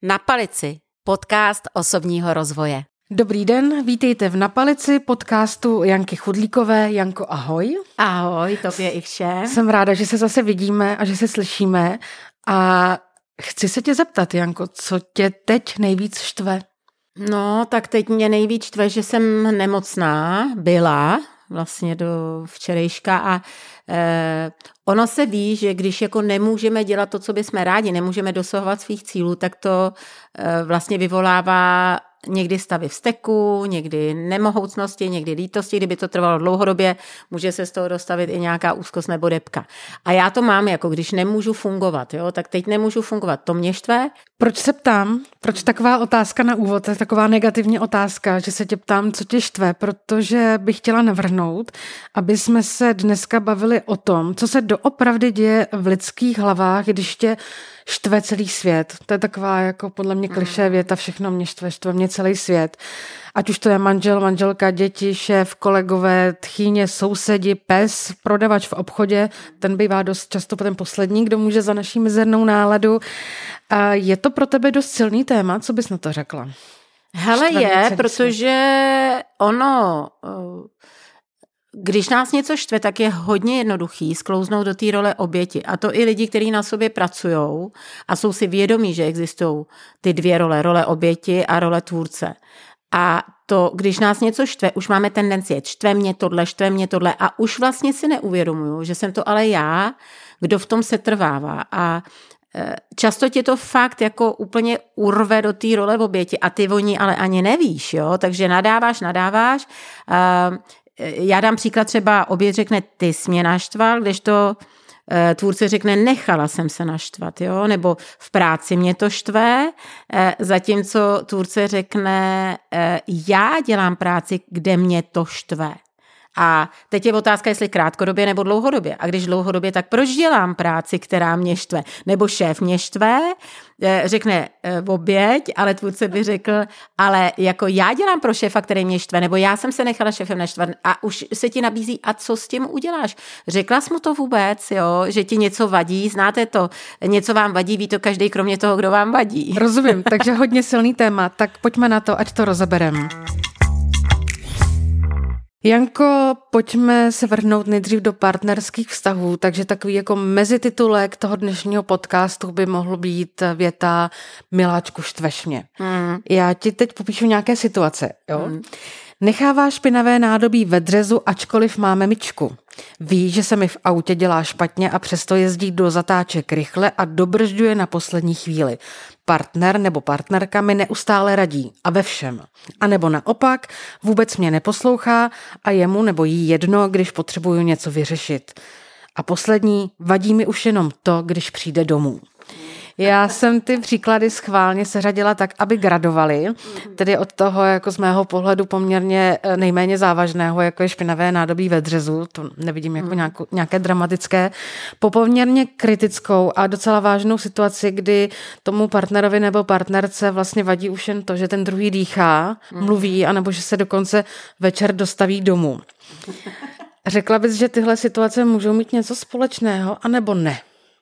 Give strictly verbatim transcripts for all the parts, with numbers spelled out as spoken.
Na palici, podcast osobního rozvoje. Dobrý den, vítejte v Na palici podcastu Janky Chudlíkové. Janko, ahoj. Ahoj, tobě i všem. Jsem ráda, že se zase vidíme a že se slyšíme. A chci se tě zeptat, Janko, co tě teď nejvíc štve? No, tak teď mě nejvíc štve, že jsem nemocná byla vlastně do včerejška a eh, ono se ví, že když jako nemůžeme dělat to, co bychom rádi, nemůžeme dosahovat svých cílů, tak to eh, vlastně vyvolává někdy stavy vzteku, někdy nemohoucnosti, někdy lítosti. Kdyby to trvalo dlouhodobě, může se z toho dostavit i nějaká úzkost nebo depka. A já to mám, jako když nemůžu fungovat, jo, tak teď nemůžu fungovat. To mě štve. Proč se ptám? Proč taková otázka na úvod? To je taková negativní otázka, že se tě ptám, co tě štve, protože bych chtěla navrhnout, aby jsme se dneska bavili o tom, co se doopravdy děje v lidských hlavách, když tě štve celý svět. To je taková jako podle mě klišé věta, všechno mě štve, štve mě celý svět. Ať už to je manžel, manželka, děti, šéf, kolegové, tchýně, sousedi, pes, prodavač v obchodě, ten bývá dost často ten poslední, kdo může za naší mizernou náladu. A je to pro tebe dost silný téma, co bys na to řekla? Hele Štve je, protože ono... Když nás něco štve, tak je hodně jednoduchý sklouznout do té role oběti. A to i lidi, kteří na sobě pracujou a jsou si vědomí, že existují ty dvě role, role oběti a role tvůrce. A to, když nás něco štve, už máme tendenci, štve mě tohle, štve mě tohle a už vlastně si neuvědomuju, že jsem to ale já, kdo v tom se trvává. A často tě to fakt jako úplně urve do té role oběti a ty o ní ale ani nevíš, jo? Takže nadáváš, nadáváš. Já dám příklad, třeba oběť řekne, ty jsi mě naštval, kdežto tvůrce řekne, nechala jsem se naštvat, jo? Nebo v práci mě to štve, zatímco tvůrce řekne, já dělám práci, kde mě to štve. A teď je otázka, jestli krátkodobě nebo dlouhodobě. A když dlouhodobě, tak proč dělám práci, která mě štve? Nebo šéf mě štve, řekne oběť, ale tvůrce by řekl, ale jako já dělám pro šéfa, který mě štve, nebo já jsem se nechala šéfem naštvat a už se ti nabízí, a co s tím uděláš? Řekla jsi mu to vůbec, jo, že ti něco vadí, znáte to, něco vám vadí, ví to každý kromě toho, kdo vám vadí. Rozumím, takže hodně silný téma, tak pojďme na to, ať to rozebereme. Janko, pojďme se vrhnout nejdřív do partnerských vztahů, takže takový jako mezititulek toho dnešního podcastu by mohl být věta Miláčku, štveš mě. Mm. Já ti teď popíšu nějaké situace, jo? Mm. Nechává špinavé nádobí ve dřezu, ačkoliv máme myčku. Ví, že se mi v autě dělá špatně a přesto jezdí do zatáček rychle a dobržďuje na poslední chvíli. Partner nebo partnerka mi neustále radí a ve všem. A nebo naopak, vůbec mě neposlouchá a jemu nebo jí jedno, když potřebuju něco vyřešit. A poslední, vadí mi už jenom to, když přijde domů. Já jsem ty příklady schválně seřadila tak, aby gradovaly, tedy od toho jako z mého pohledu poměrně nejméně závažného, jako je špinavé nádobí ve dřezu, to nevidím jako nějakou, nějaké dramatické, po poměrně kritickou a docela vážnou situaci, kdy tomu partnerovi nebo partnerce vlastně vadí už jen to, že ten druhý dýchá, mluví, anebo že se dokonce večer dostaví domů. Řekla bys, že tyhle situace můžou mít něco společného, anebo ne?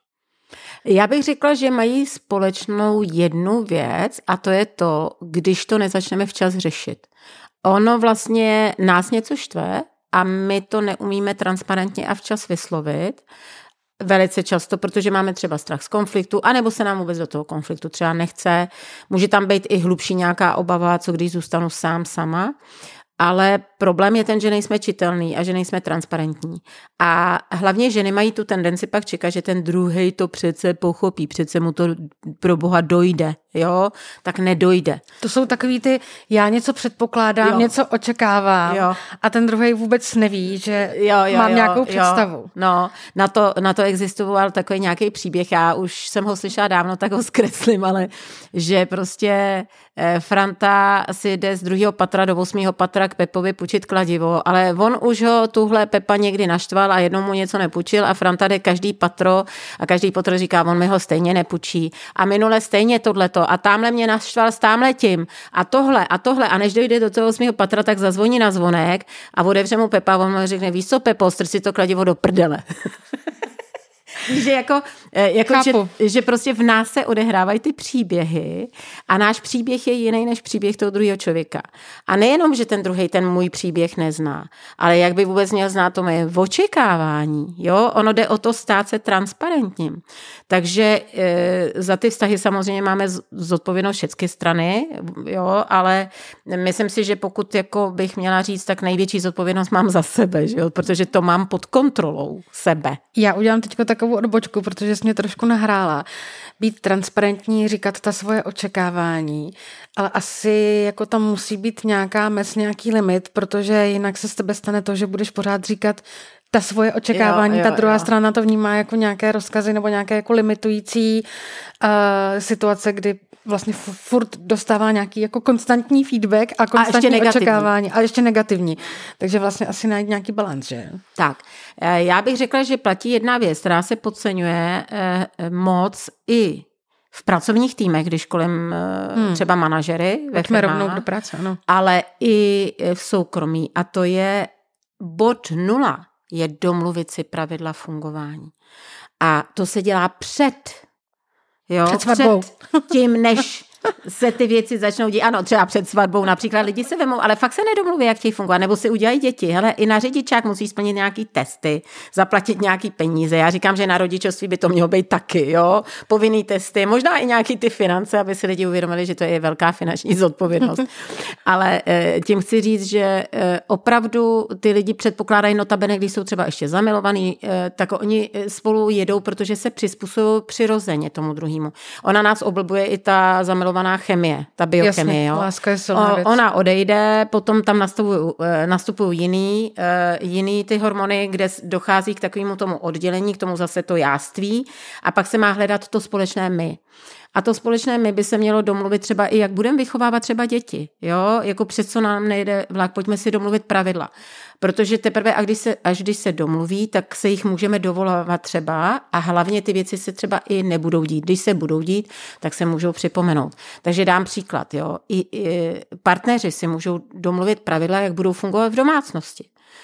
Já bych řekla, že mají společnou jednu věc a to je to, když to nezačneme včas řešit. Ono vlastně nás něco štve a my to neumíme transparentně a včas vyslovit. Velice často, protože máme třeba strach z konfliktu, anebo se nám vůbec do toho konfliktu třeba nechce. Může tam být i hlubší nějaká obava, co když zůstanu sám sama. Ale problém je ten, že nejsme čitelní a že nejsme transparentní. A hlavně ženy mají tu tendenci pak čekat, že ten druhej to přece pochopí, přece mu to pro boha dojde, jo? Tak nedojde. To jsou takový ty, já něco předpokládám, jo. něco očekávám jo. a ten druhej vůbec neví, že jo, jo, mám jo, nějakou představu. Jo. No, na to, na to existoval takový nějaký příběh, já už jsem ho slyšela dávno, tak ho zkreslím, ale že prostě Franta si jde z druhého patra do osmého patra k Pepovi půjčit kladivo, ale on už ho tuhle Pepa někdy naštval a jednou mu něco nepůjčil a Franta jde každý patro a každý patro říká, on mi ho stejně nepůjčí a minule stejně tohleto a tamhle mě naštval s támhletím a tohle a tohle a než dojde do toho osmého patra, tak zazvoní na zvonek a otevře mu Pepa a on mu řekne, víš co Pepo, strč si to kladivo do prdele. že jako, jako že, že prostě v nás se odehrávají ty příběhy a náš příběh je jiný než příběh toho druhého člověka. A nejenom, že ten druhý ten můj příběh nezná, ale jak by vůbec měl znát to moje očekávání. Jo? Ono jde o to stát se transparentním. Takže e, za ty vztahy samozřejmě máme zodpovědnost všechny strany, jo? Ale myslím si, že pokud jako bych měla říct, tak největší zodpovědnost mám za sebe, že jo? Protože to mám pod kontrolou sebe. Já udělám teď takovou odbočku, protože jsi mě trošku nahrála. Být transparentní, říkat ta svoje očekávání, ale asi jako tam musí být nějaká mez, nějaký limit, protože jinak se z tebe stane to, že budeš pořád říkat ta svoje očekávání, jo, jo, ta druhá jo. strana to vnímá jako nějaké rozkazy nebo nějaké jako limitující uh, situace, kdy vlastně furt dostává nějaký jako konstantní feedback a konstantní a očekávání, ale ještě negativní. Takže vlastně asi najít nějaký balans, že? Tak, já bych řekla, že platí jedna věc, která se podceňuje moc i v pracovních týmech, když kolem hmm. třeba manažery ve firmách, rovnou do práce, ano. Ale i v soukromí. A to je bod nula, je domluvit si pravidla fungování. A to se dělá před Jo, před svatbou. Před tím, než se ty věci začnou dít. Ano, třeba před svatbou například lidi se vemou, ale fakt se nedomluví, jak chtějí fungovat, nebo si udělají děti. Hele, i na řidičák musí splnit nějaký testy, zaplatit nějaký peníze. Já říkám, že na rodičovství by to mělo být taky, jo, povinný testy, možná i nějaký ty finance, aby si lidi uvědomili, že to je velká finanční zodpovědnost. Ale e, tím chci říct, že e, opravdu ty lidi předpokládají notabene, když jsou třeba ještě zamilovaní, e, tak oni spolu jedou, protože se přizpůsobují přirozeně tomu druhému. Ona nás oblbuje i ta zamilovaná chemie, ta biochemie. Jasně, jo. Láska je silná věc. Ona odejde, potom tam nastupují, nastupují jiný, jiný ty hormony, kde dochází k takovému tomu oddělení, k tomu zase to jáství a pak se má hledat to společné my. A to společné my by se mělo domluvit třeba i, jak budeme vychovávat třeba děti. Jo? Jako přes co nám nejde vlak, pojďme si domluvit pravidla. Protože teprve, až když, se, až když se domluví, tak se jich můžeme dovolávat třeba a hlavně ty věci se třeba i nebudou dít. Když se budou dít, tak se můžou připomenout. Takže dám příklad. Jo? I, i partneři si můžou domluvit pravidla, jak budou fungovat v domácnosti.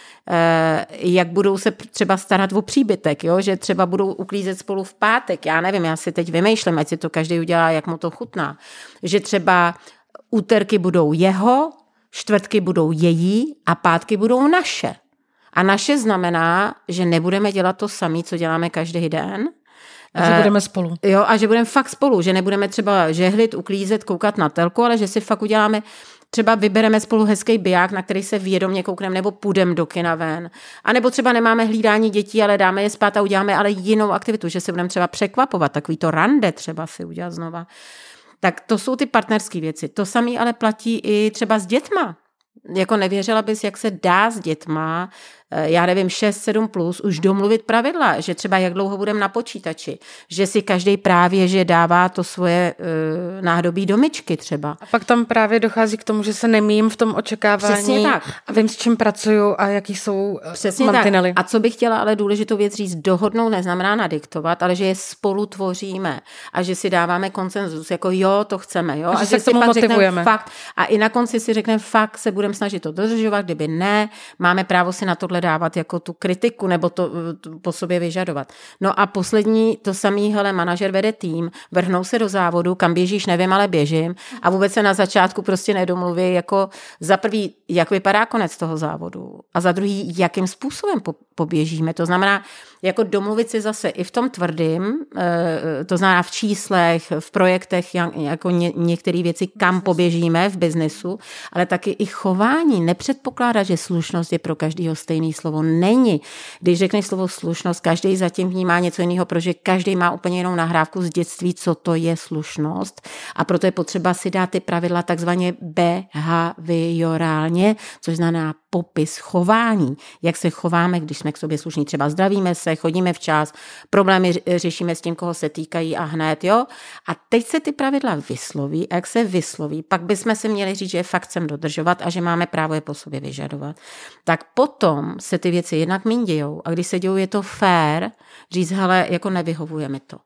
Jak budou se třeba starat o příbytek, jo? Že třeba budou uklízet spolu v pátek, já nevím, já si teď vymýšlím, ať si to každý udělá, jak mu to chutná, že třeba úterky budou jeho, čtvrtky budou její a pátky budou naše. A naše znamená, že nebudeme dělat to samé, co děláme každý den. A že budeme spolu. Jo, a že budeme fakt spolu, že nebudeme třeba žehlit, uklízet, koukat na telku, ale že si fakt uděláme, třeba vybereme spolu hezký biják, na který se vědomě koukneme, nebo půjdeme do kina ven. A nebo třeba nemáme hlídání dětí, ale dáme je spát a uděláme ale jinou aktivitu, že se budeme třeba překvapovat, takový to rande třeba si udělat znova. Tak to jsou ty partnerské věci. To samé ale platí i třeba s dětma. Jako nevěřila bys, jak se dá s dětma, já nevím, šest sedm plus, už domluvit pravidla, že třeba jak dlouho budeme na počítači, že si každý právě, že dává to svoje uh, nádobí do myčky třeba. A pak tam právě dochází k tomu, že se nemím v tom očekávání. Přesně tak. A vím, s čím pracuju a jaký jsou Přesně mantinely. Tak. A co bych chtěla ale důležitou věc říct, dohodnout neznamená nadiktovat, ale že je spolu tvoříme a že si dáváme konsenzus, jako jo, to chceme, jo. A, a že že se si k tomu pak motivujeme. Fakt, a i na konci si řekneme fakt, se budeme snažit to dodržovat, kdyby ne, máme právo si na tohle dávat jako tu kritiku nebo to, to po sobě vyžadovat. No a poslední, to samý, hele, manažer vede tým, vrhnou se do závodu, kam běžíš, nevím, ale běžím a vůbec se na začátku prostě nedomluví, jako za prvý, jak vypadá konec toho závodu a za druhý, jakým způsobem po, poběžíme. To znamená, jako domluvit si zase i v tom tvrdým, to znamená v číslech, v projektech, jako ně, některé věci, kam poběžíme v biznesu, ale taky i chování. Nepředpokládá, že slušnost je pro každého stejné slovo. Není. Když řekneš slovo slušnost, každý zatím vnímá něco jiného, protože každý má úplně jinou nahrávku z dětství, co to je slušnost. A proto je potřeba si dát ty pravidla takzvaně behaviorálně, což znamená popis chování. Jak se chováme, když jsme k sobě slušní. Třeba zdravíme se, chodíme včas, problémy řešíme s tím, koho se týkají a hned, jo. A teď se ty pravidla vysloví a jak se vysloví, pak bychom si měli říct, že je fakt chcem dodržovat a že máme právo je po sobě vyžadovat. Tak potom se ty věci jednak míň dějou a když se dějou, je to fér říct, hele, jako nevyhovuje mi to.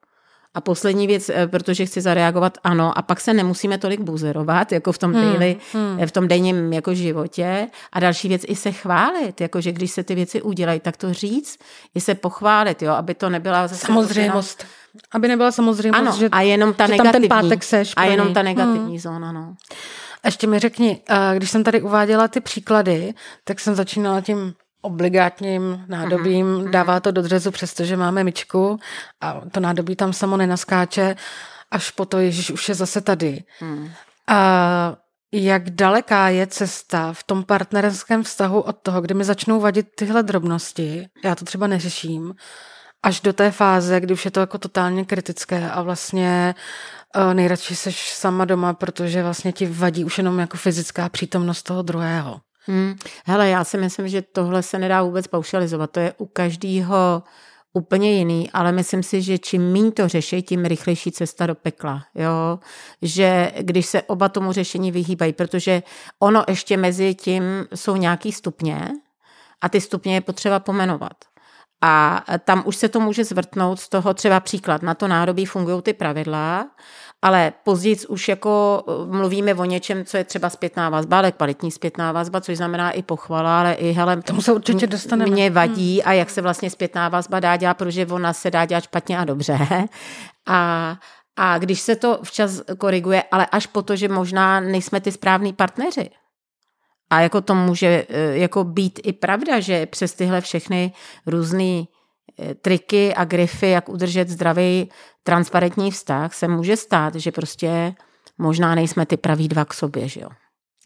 A poslední věc, protože chci zareagovat, ano, a pak se nemusíme tolik buzerovat, jako v tom daily, hmm, hmm. v tom denním jako životě. A další věc i se chválit, jakože když se ty věci udělají, tak to říct, i se pochválit, jo, aby to nebyla zase samozřejmost. Aby nebyla samozřejmost, ano, že, a jenom ta že negativní, tam ten pátek seš. A jenom ta negativní hmm. zóna, no. Ještě mi řekni, když jsem tady uváděla ty příklady, tak jsem začínala tím obligátním nádobím, mm-hmm. dává to do dřezu, přestože máme myčku a to nádobí tam samo nenaskáče, až po to, Ježíš už je zase tady. Mm. A jak daleká je cesta v tom partnerském vztahu od toho, kdy mi začnou vadit tyhle drobnosti, já to třeba neřeším, až do té fáze, kdy už je to jako totálně kritické a vlastně uh, nejradši seš sama doma, protože vlastně ti vadí už jenom jako fyzická přítomnost toho druhého. Hmm. Hele, já si myslím, že tohle se nedá vůbec paušalizovat. To je u každého úplně jiný, ale myslím si, že čím míň to řeší, tím rychlejší cesta do pekla. Jo? Že když se oba tomu řešení vyhýbají, protože ono ještě mezi tím jsou nějaký stupně a ty stupně je potřeba pomenovat. A tam už se to může zvrtnout z toho třeba příklad. Na to nádobí fungují ty pravidla, ale později už jako mluvíme o něčem, co je třeba zpětná vazba, ale kvalitní zpětná vazba, což znamená i pochvala, ale i hele, tomu se určitě dostaneme. Mě vadí a jak se vlastně zpětná vazba dá dělat, protože ona se dá dělat špatně a dobře. A, a když se to včas koriguje, ale až po to, že možná nejsme ty správní partneři. A jako to může jako být i pravda, že přes tyhle všechny různý triky a grify, jak udržet zdravý, transparentní vztah, se může stát, že prostě možná nejsme ty praví dva k sobě, že jo.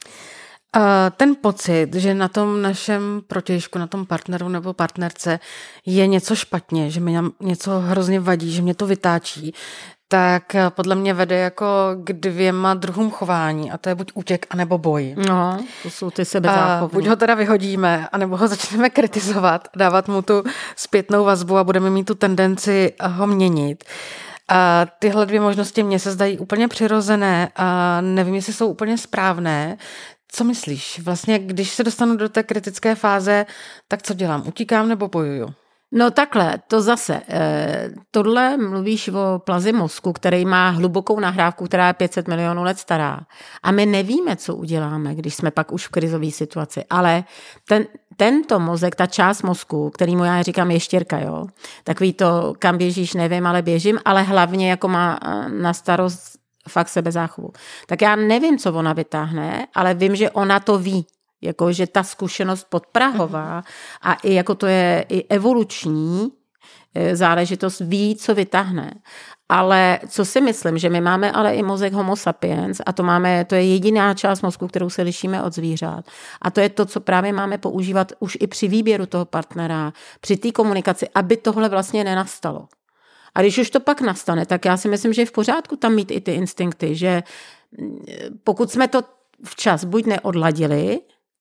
Ten pocit, že na tom našem protějšku, na tom partneru nebo partnerce je něco špatně, že mi něco hrozně vadí, že mě to vytáčí, tak podle mě vede jako k dvěma druhům chování a to je buď útěk, anebo boj. No, to jsou ty sebezáchovy. Buď ho teda vyhodíme, anebo ho začneme kritizovat, dávat mu tu zpětnou vazbu a budeme mít tu tendenci ho měnit. A tyhle dvě možnosti mně se zdají úplně přirozené a nevím, jestli jsou úplně správné. Co myslíš? Vlastně, když se dostanu do té kritické fáze, tak co dělám? Utíkám nebo bojuju? No takhle, to zase, eh, tohle mluvíš o plazi mozku, který má hlubokou nahrávku, která je pět set milionů let stará. A my nevíme, co uděláme, když jsme pak už v krizové situaci. Ale ten, tento mozek, ta část mozku, kterýmu já říkám ještěrka, jo, takový to, kam běžíš, nevím, ale běžím, ale hlavně jako má na starost fakt sebezáchovu. Tak já nevím, co ona vytáhne, ale vím, že ona to ví. Jako, že ta zkušenost podprahová a i jako to je i evoluční záležitost, ví, co vytáhne. Ale co si myslím, že my máme ale i mozek homo sapiens a to máme, to je jediná část mozku, kterou se lišíme od zvířat. A to je to, co právě máme používat už i při výběru toho partnera, při té komunikaci, aby tohle vlastně nenastalo. A když už to pak nastane, tak já si myslím, že je v pořádku tam mít i ty instinkty, že pokud jsme to včas buď neodladili,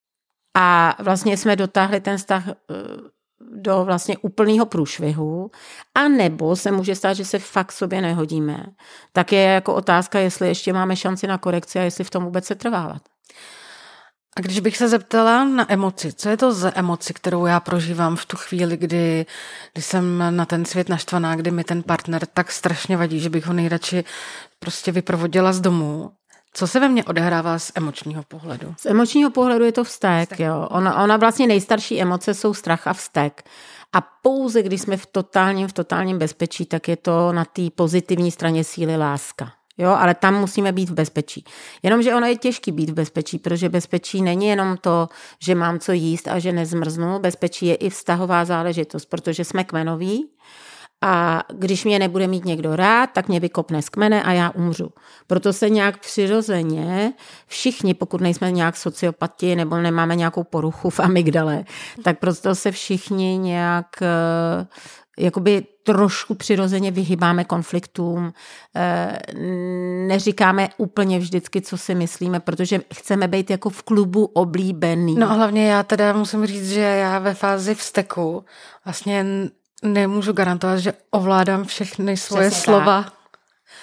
a vlastně jsme dotáhli ten vztah do vlastně úplného průšvihu, a nebo se může stát, že se fakt sobě nehodíme. Tak je jako otázka, jestli ještě máme šanci na korekci a jestli v tom vůbec se trvávat. A když bych se zeptala na emoci, co je to za emoci, kterou já prožívám v tu chvíli, kdy, kdy jsem na ten svět naštvaná, kdy mi ten partner tak strašně vadí, že bych ho nejradši prostě vyprovodila z domu. Co se ve mně odehrává z emočního pohledu? Z emočního pohledu je to vztek, vztek. Jo. Ona, ona vlastně nejstarší emoce jsou strach a vztek. A pouze když jsme v totálním, v totálním bezpečí, tak je to na té pozitivní straně síly láska. Jo, ale tam musíme být v bezpečí. Jenomže ono je těžký být v bezpečí, protože bezpečí není jenom to, že mám co jíst a že nezmrznu. Bezpečí je i vztahová záležitost, protože jsme kmenoví. A když mě nebude mít někdo rád, tak mě vykopne z kmene a já umřu. Proto se nějak přirozeně všichni, pokud nejsme nějak sociopati nebo nemáme nějakou poruchu v amygdale, tak proto se všichni nějak jakoby trošku přirozeně vyhýbáme konfliktům, neříkáme úplně vždycky, co si myslíme, protože chceme být jako v klubu oblíbený. No a hlavně já teda musím říct, že já ve fázi vzteku vlastně nemůžu garantovat, že ovládám všechny svoje Přesně slova. Tak.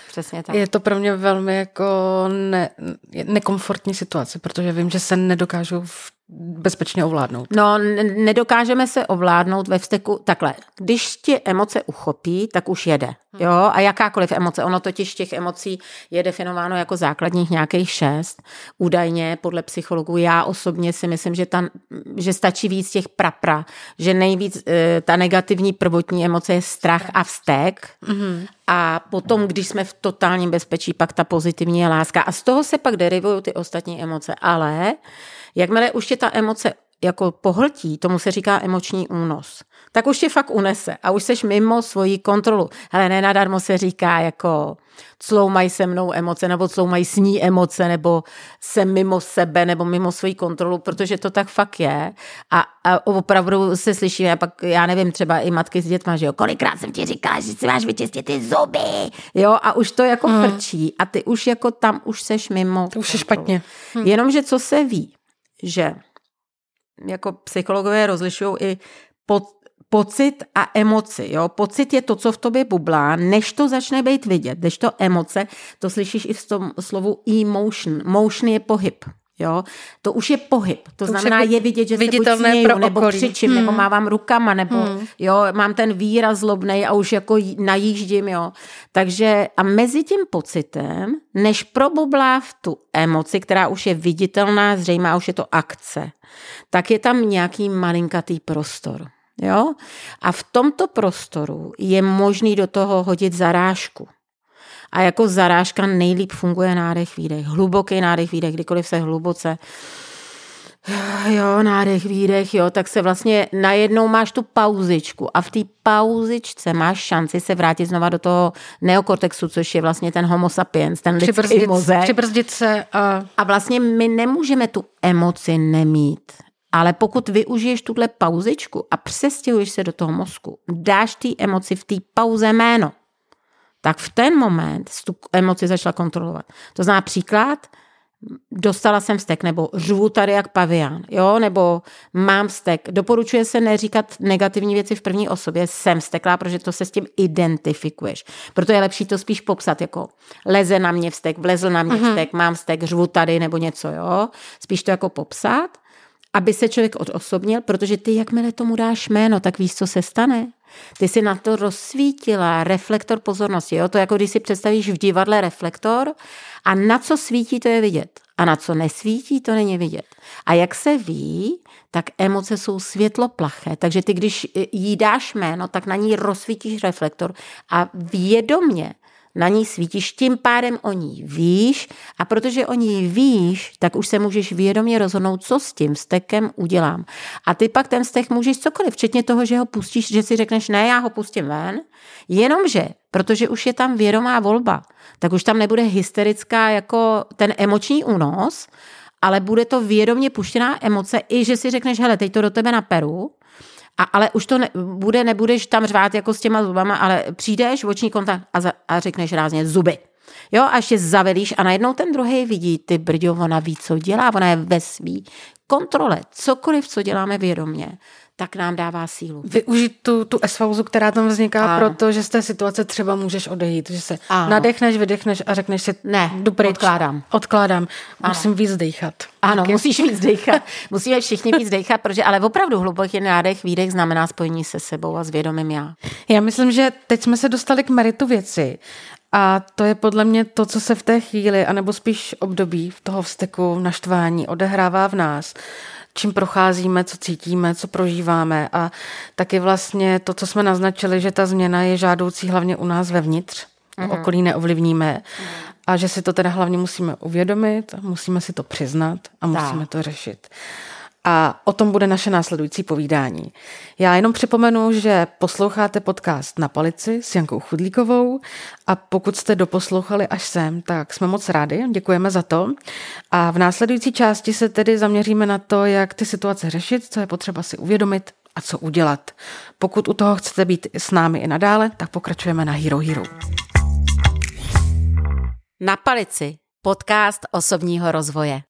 přesně tak. Je to pro mě velmi jako ne, nekomfortní situace, protože vím, že se nedokážu bezpečně ovládnout. No, nedokážeme se ovládnout ve vzteku takhle. Když ti emoce uchopí, tak už jede. Jo? A jakákoliv emoce. Ono totiž těch emocí je definováno jako základních nějakých šest. Údajně podle psychologů. Já osobně si myslím, že, ta, že stačí víc těch prapra. Že nejvíc ta negativní prvotní emoce je strach a vztek. Mm-hmm. A potom, když jsme v totálním bezpečí, pak ta pozitivní je láska. A z toho se pak derivují ty ostatní emoce. Ale jakmile už tě ta emoce jako pohltí, tomu se říká emoční únos, tak už tě fakt unese a už seš mimo svoji kontrolu. Hele, nenadarmo se říká jako cloumají se mnou emoce, nebo cloumají s ní emoce, nebo jsem mimo sebe, nebo mimo svoji kontrolu, protože to tak fakt je. A, a opravdu se slyšíme, a pak já nevím, třeba i matky s dětma, že jo, kolikrát jsem ti říkala, že si máš vyčistit ty zuby, jo, a už to jako hmm. frčí a ty už jako tam už seš mimo. To už je špatně. Hmm. Jenomže co se ví, že jako psychologové rozlišují i po, pocit a emoci. Jo? Pocit je to, co v tobě bublá, než to začne být vidět. Než to emoce, to slyšíš i v tom slovu emotion. Motion je pohyb. Jo? To už je pohyb. To, to znamená, je vidět, že se buď směju, nebo křičím, hmm. nebo mávám rukama, nebo hmm. jo, mám ten výraz zlobnej a už jako najíždím. Jo? Takže a mezi tím pocitem, než probublá v tu emoci, která už je viditelná, zřejmá, už je to akce, tak je tam nějaký malinkatý prostor. Jo? A v tomto prostoru je možný do toho hodit zarážku. A jako zarážka nejlíp funguje nádech, výdech. Hluboký nádech, výdech, kdykoliv se hluboce jo, nádech, výdech, jo, tak se vlastně najednou máš tu pauzičku a v té pauzičce máš šanci se vrátit znova do toho neokortexu, což je vlastně ten homo sapiens, ten lidský přibrzdit, mozek. Přibrzdit se. A... a vlastně my nemůžeme tu emoci nemít. Ale pokud využiješ tuhle pauzičku a přestěhuješ se do toho mozku, dáš té emoci v té pauze jméno, tak v ten moment tu emoci začala kontrolovat. To znamená příklad, dostala jsem vztek, nebo řvu tady jak pavián, jo, nebo mám vztek. Doporučuje se neříkat negativní věci v první osobě, jsem vzteklá, protože to se s tím identifikuješ. Proto je lepší to spíš popsat, jako leze na mě vztek, vlezl na mě uh-huh. vztek, mám vztek, řvu tady, nebo něco, jo. Spíš to jako popsat, aby se člověk odosobnil, protože ty, jakmile tomu dáš jméno, tak víš, co se stane. Ty si na to rozsvítila reflektor pozornosti. Jo? To jako když si představíš v divadle reflektor a na co svítí, to je vidět. A na co nesvítí, to není vidět. A jak se ví, tak emoce jsou světloplaché. Takže ty, když jí dáš jméno, tak na ní rozsvítíš reflektor a vědomě na ní svítíš, tím pádem o ní víš a protože o ní víš, tak už se můžeš vědomě rozhodnout, co s tím vztekem udělám. A ty pak ten vztek můžeš cokoliv, včetně toho, že ho pustíš, že si řekneš, ne, já ho pustím ven, jenomže, protože už je tam vědomá volba, tak už tam nebude hysterická jako ten emoční únos, ale bude to vědomě puštěná emoce, i že si řekneš, hele, teď to do tebe naperu, A, ale už to ne, bude, nebudeš tam řvát jako s těma zubama, ale přijdeš, oční kontakt a, za, a řekneš rázně zuby. Jo, a ještě zavelíš a najednou ten druhý vidí, ty brďo, ona ví, co dělá, ona je ve svý kontrole. Cokoliv, co děláme vědomě, tak nám dává sílu. Využít tu, tu esfauzu, která tam vzniká, ano. Protože z té situace třeba můžeš odejít, že se ano. nadechneš, vydechneš a řekneš si, ne, odkládám. Odkládám, musím ano. víc dejchat. Ano, okay. musíš víc dejchat. Musíme všichni víc dejchat, protože ale opravdu hluboký nádech, výdech znamená spojení se sebou a s vědomím já. Já myslím, že teď jsme se dostali k meritu věci. A to je podle mě to, co se v té chvíli, anebo spíš období v toho vzteku, naštvání odehrává v nás. Čím procházíme, co cítíme, co prožíváme a taky vlastně to, co jsme naznačili, že ta změna je žádoucí hlavně u nás vevnitř, mm. okolí neovlivníme mm. a že si to teda hlavně musíme uvědomit, musíme si to přiznat a musíme tak. to řešit. A o tom bude naše následující povídání. Já jenom připomenu, že posloucháte podcast Na palici s Jankou Chudlíkovou a pokud jste doposlouchali až sem, tak jsme moc rádi, děkujeme za to. A v následující části se tedy zaměříme na to, jak ty situace řešit, co je potřeba si uvědomit a co udělat. Pokud u toho chcete být s námi i nadále, tak pokračujeme na Hero Hero. Na palici, podcast osobního rozvoje.